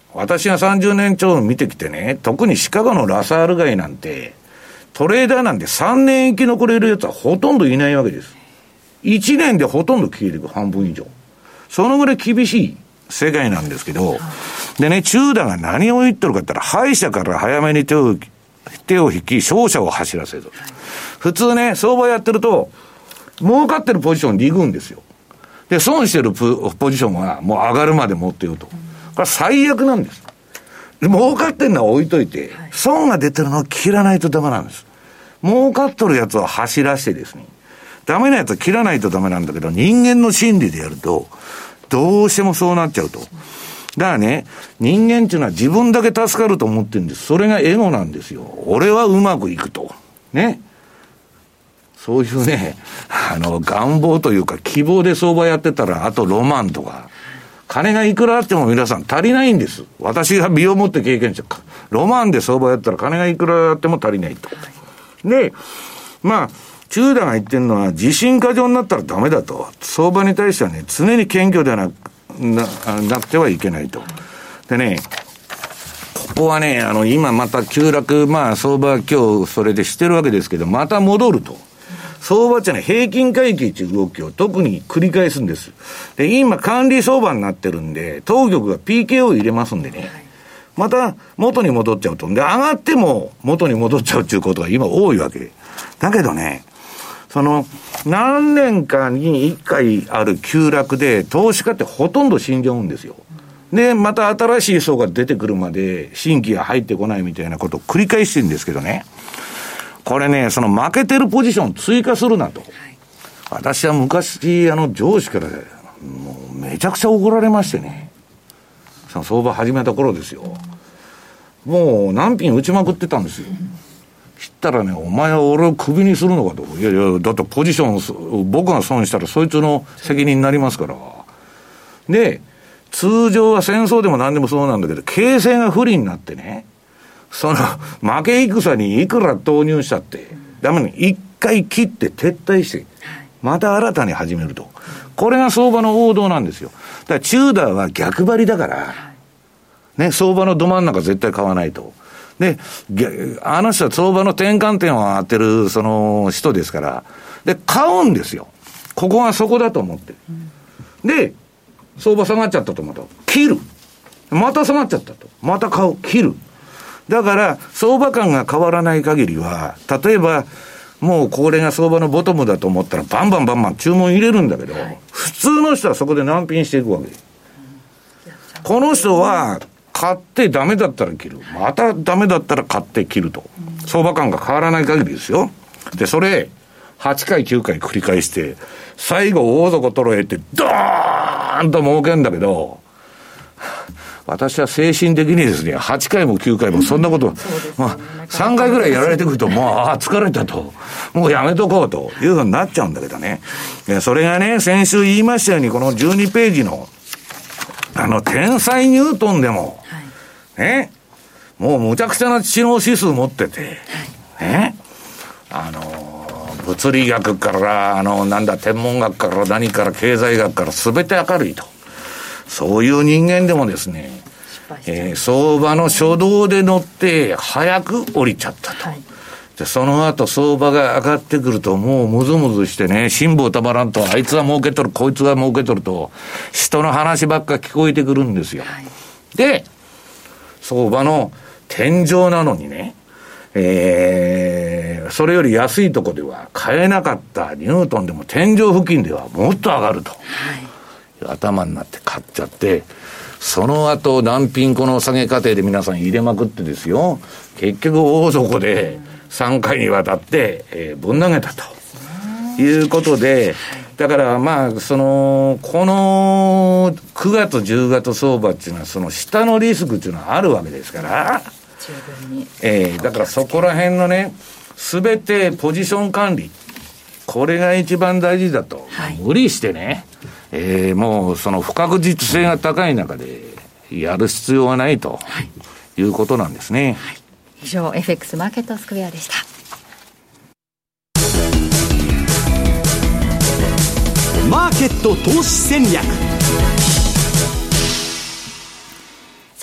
私がさんじゅうねん超見てきてね、特にシカゴのラサール街なんて、トレーダーなんてさんねん生き残れるやつはほとんどいないわけです。いちねんでほとんど消えていく、半分以上。そのぐらい厳しい世界なんですけど、でね、チューダーが何を言ってるかって言ったら、敗者から早めに手を、手を引き、勝者を走らせる。普通ね、相場やってると、儲かってるポジションに行くんですよ。で、損してるポジションはもう上がるまで持っていると。これは最悪なんです。で、儲かってるのは置いといて、損が出てるのを切らないとダメなんです。儲かっとるやつを走らせてですね、ダメなやつは切らないとダメなんだけど、人間の心理でやると、どうしてもそうなっちゃうと。だからね、人間っていうのは自分だけ助かると思ってるんです。それがエゴなんですよ。俺はうまくいくと。ね。そういうね、あの、願望というか希望で相場やってたら、あとロマンとか、金がいくらあっても皆さん足りないんです。私が身をもって経験した。ロマンで相場やったら金がいくらあっても足りないと。で、まあ、チューダーが言ってるのは、自信過剰になったらダメだと。相場に対してはね、常に謙虚ではなく、な、なくてはいけないと。でね、ここはね、あの、今また急落、まあ、相場今日それでしてるわけですけど、また戻ると。相場ってね、平均回帰という動きを特に繰り返すんです。で、今管理相場になってるんで、当局が ピーケーオー を入れますんでね、また元に戻っちゃうと。で、上がっても元に戻っちゃうっていうことが今多いわけ。だけどね、その、何年かに一回ある急落で、投資家ってほとんど死んじゃうんですよ。で、また新しい層が出てくるまで、新規が入ってこないみたいなことを繰り返してるんですけどね。これね、その負けてるポジション追加するなと。はい、私は昔、あの、上司から、もうめちゃくちゃ怒られましてね。その相場始めた頃ですよ。もう何品打ちまくってたんですよ。知ったらね、お前は俺をクビにするのかと。いやいや、だってポジション、僕が損したらそいつの責任になりますから。で、通常は戦争でも何でもそうなんだけど、形勢が不利になってね、その、負け戦にいくら投入したって、ダメに一回切って撤退して、また新たに始めると。これが相場の王道なんですよ。だからチューダーは逆張りだから、ね、相場のど真ん中絶対買わないと。で、あの人は相場の転換点を当てる、その人ですから、で、買うんですよ。ここがそこだと思って。で、相場下がっちゃったと思ったら、切る。また下がっちゃったと。また買う。切る。だから、相場感が変わらない限りは、例えば、もうこれが相場のボトムだと思ったら、バンバンバンバン注文入れるんだけど、はい、普通の人はそこで難品していくわけ。うん、この人は、買ってダメだったら切る。またダメだったら買って切ると。うん、相場感が変わらない限りですよ。で、それ、はちかいきゅうかい繰り返して、最後大底捉えて、ドーンと儲けんだけど、私は精神的にですね、はちかいもきゅうかいもそんなこと、まあ、さんかいぐらいやられてくると、もう、ああ、疲れたと。もうやめとこうというふうになっちゃうんだけどね。それがね、先週言いましたように、このじゅうにページの、あの、天才ニュートンでも、はい、ね、もうむちゃくちゃな知能指数持ってて、はい、ね、あの、物理学から、あの、なんだ、天文学から何から経済学から全て明るいと。そういう人間でもですね、えー、相場の初動で乗って早く降りちゃったと。はい、でその後相場が上がってくるともうムズムズしてね、辛抱たまらんと、あいつは儲けとる、こいつは儲けとると、人の話ばっか聞こえてくるんですよ。はい、で、相場の天井なのにね、えー、それより安いとこでは買えなかったニュートンでも天井付近ではもっと上がると。はい、頭になって買っちゃって、その後難品この下げ過程で皆さん入れまくってですよ、結局大底でさんかいにわたって、えー、ぶん投げたということで、だからまあそのこのくがつじゅうがつ相場っていうのはその下のリスクっていうのはあるわけですから、えー、だからそこら辺のね、すべてポジション管理、これが一番大事だと、はい、無理してね、えー、もうその不確実性が高い中でやる必要はないということなんですね。はい、 以上 エフエックス マーケットスクエアでした。 マーケット投資戦略。 さ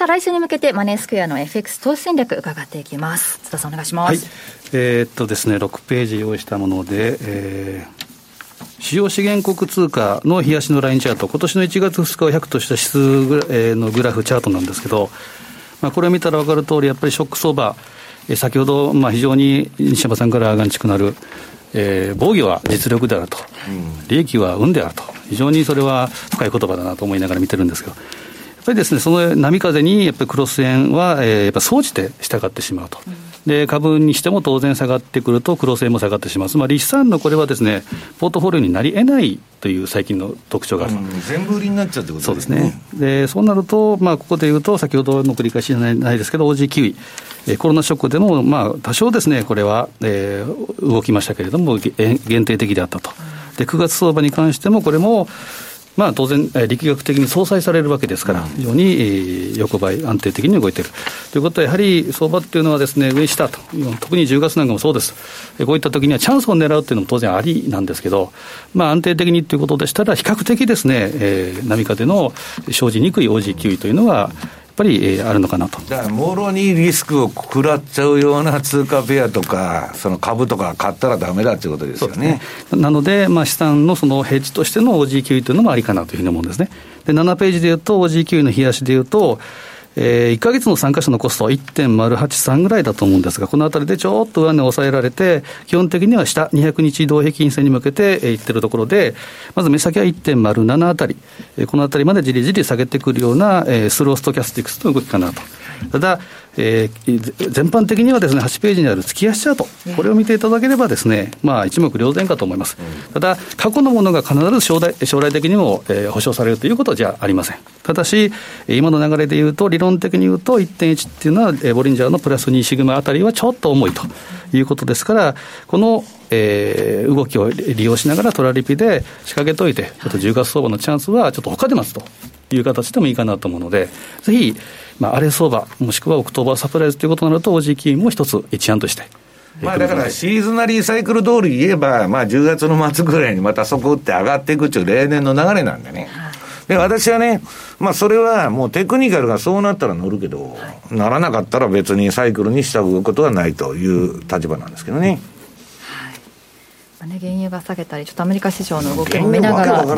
さあ来週に向けてマネースクエアの エフエックス 投資戦略伺っていきます。津田さんお願いします。はい、 えー、っとですねろくページ用意したもので、えー主要資源国通貨の冷やしのラインチャート、今年のいちがつふつかをひゃくとした指数のグラフチャートなんですけど、まあ、これを見たら分かる通り、やっぱりショック相場、え先ほどまあ非常に西山さんから眼蓄なる、えー、防御は実力であると、利益は運であると、非常にそれは深い言葉だなと思いながら見てるんですけど、やっぱりですね、その波風にやっぱりクロス円は、えー、やっぱ総じて従ってしまうと。で株にしても当然下がってくるとクロス円も下がってしまう、つまり資産のこれはですねポートフォリオになり得ないという最近の特徴がある、うん、 全部売りになっちゃうってことですね。 そうですね。でそうなると、まあ、ここでいうと先ほどの繰り返しじゃない、ないですけど オージーキウイ、えー、コロナショックでも、まあ、多少ですねこれは、えー、動きましたけれども限定的であったと。でくがつ相場に関してもこれもまあ、当然、力学的に相殺されるわけですから、非常に横ばい、安定的に動いているということは、やはり相場っていうのはですね、上下と、特にじゅうがつなんかもそうです。こういった時にはチャンスを狙うっていうのも当然ありなんですけど、まあ、安定的にということでしたら、比較的ですね、えー、波風の生じにくい オージーキウイというのは、やっぱり、えー、あるのかなと。 だからもろにリスクを食らっちゃうような通貨ペアとかその株とか買ったらダメだということですよね。 そうですね。なので、まあ、資産のそのヘッジとしての オージーキウイというのもありかなというふうに思うんですね。でななページでいうと オージーキウイの冷やしでいうと、えー、いっかげつの参加者のコスト いってんまるはちさん ぐらいだと思うんですが、このあたりでちょっと上値を抑えられて、基本的には下にひゃくにち移動平均線に向けていってるところで、まず目先は いってんまるなな あたり、このあたりまでじりじり下げてくるようなスローストキャスティクスの動きかなと。ただ、えー、全般的にはですねはちページにある月足チャート、これを見ていただければですね、まあ、一目瞭然かと思います。ただ過去のものが必ず将来、将来的にも、えー、保証されるということはじゃありません。ただし今の流れでいうと理論的に言うと いってんいち っていうのは、えー、ボリンジャーのプラスにシグマあたりはちょっと重いということですから、この、えー、動きを利用しながらトラリピで仕掛けといて、ちょっとじゅうがつ相場のチャンスはちょっと他で待つという形でもいいかなと思うので、ぜひ、まあ、荒れ相場もしくはオクトーバーサプライズということになると オージー キウイも一つ一案として、 まあ、だからシーズナリーサイクル通り言えば、まあ、じゅうがつの末ぐらいにまたそこ打って上がっていくという例年の流れなんでね。で私はね、まあ、それはもうテクニカルがそうなったら乗るけど、ならなかったら別にサイクルに従うことはないという立場なんですけどね。 ね、原油が下げたりちょっとアメリカ市場の動きも見ながら、そ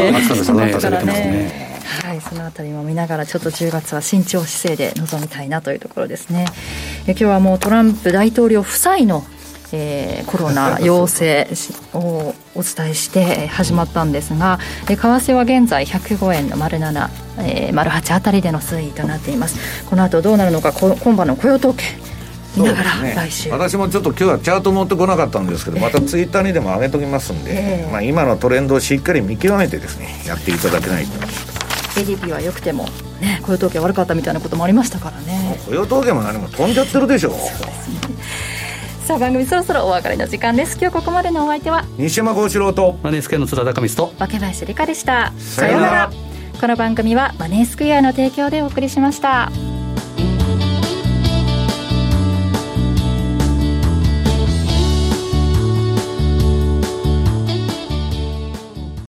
のあたりも見ながらちょっとじゅうがつは慎重姿勢で臨みたいなというところですね。え今日はもうトランプ大統領夫妻の、えー、コロナ陽性をお伝えして始まったんですが、為替は現在ひゃくごえんの丸なな、えー、丸はちあたりでの推移となっています。この後どうなるのか、今晩の雇用統計見ながら、ね、来週私もちょっと今日はチャート持ってこなかったんですけど、またツイッターにでも上げときますんで、えーまあ、今のトレンドをしっかり見極めてですねやっていただけないと。 エーディーピー は良くても、ね、雇用統計悪かったみたいなこともありましたからね。 雇用統計も何も飛んじゃってるでしょう。そうですね。 さあ番組そろそろお別れの時間です。今日ここまでのお相手は西山幸四郎とマネースクエアの津田高光と若林理香でした。 さようなら。 この番組はマネースクエアの提供でお送りしました。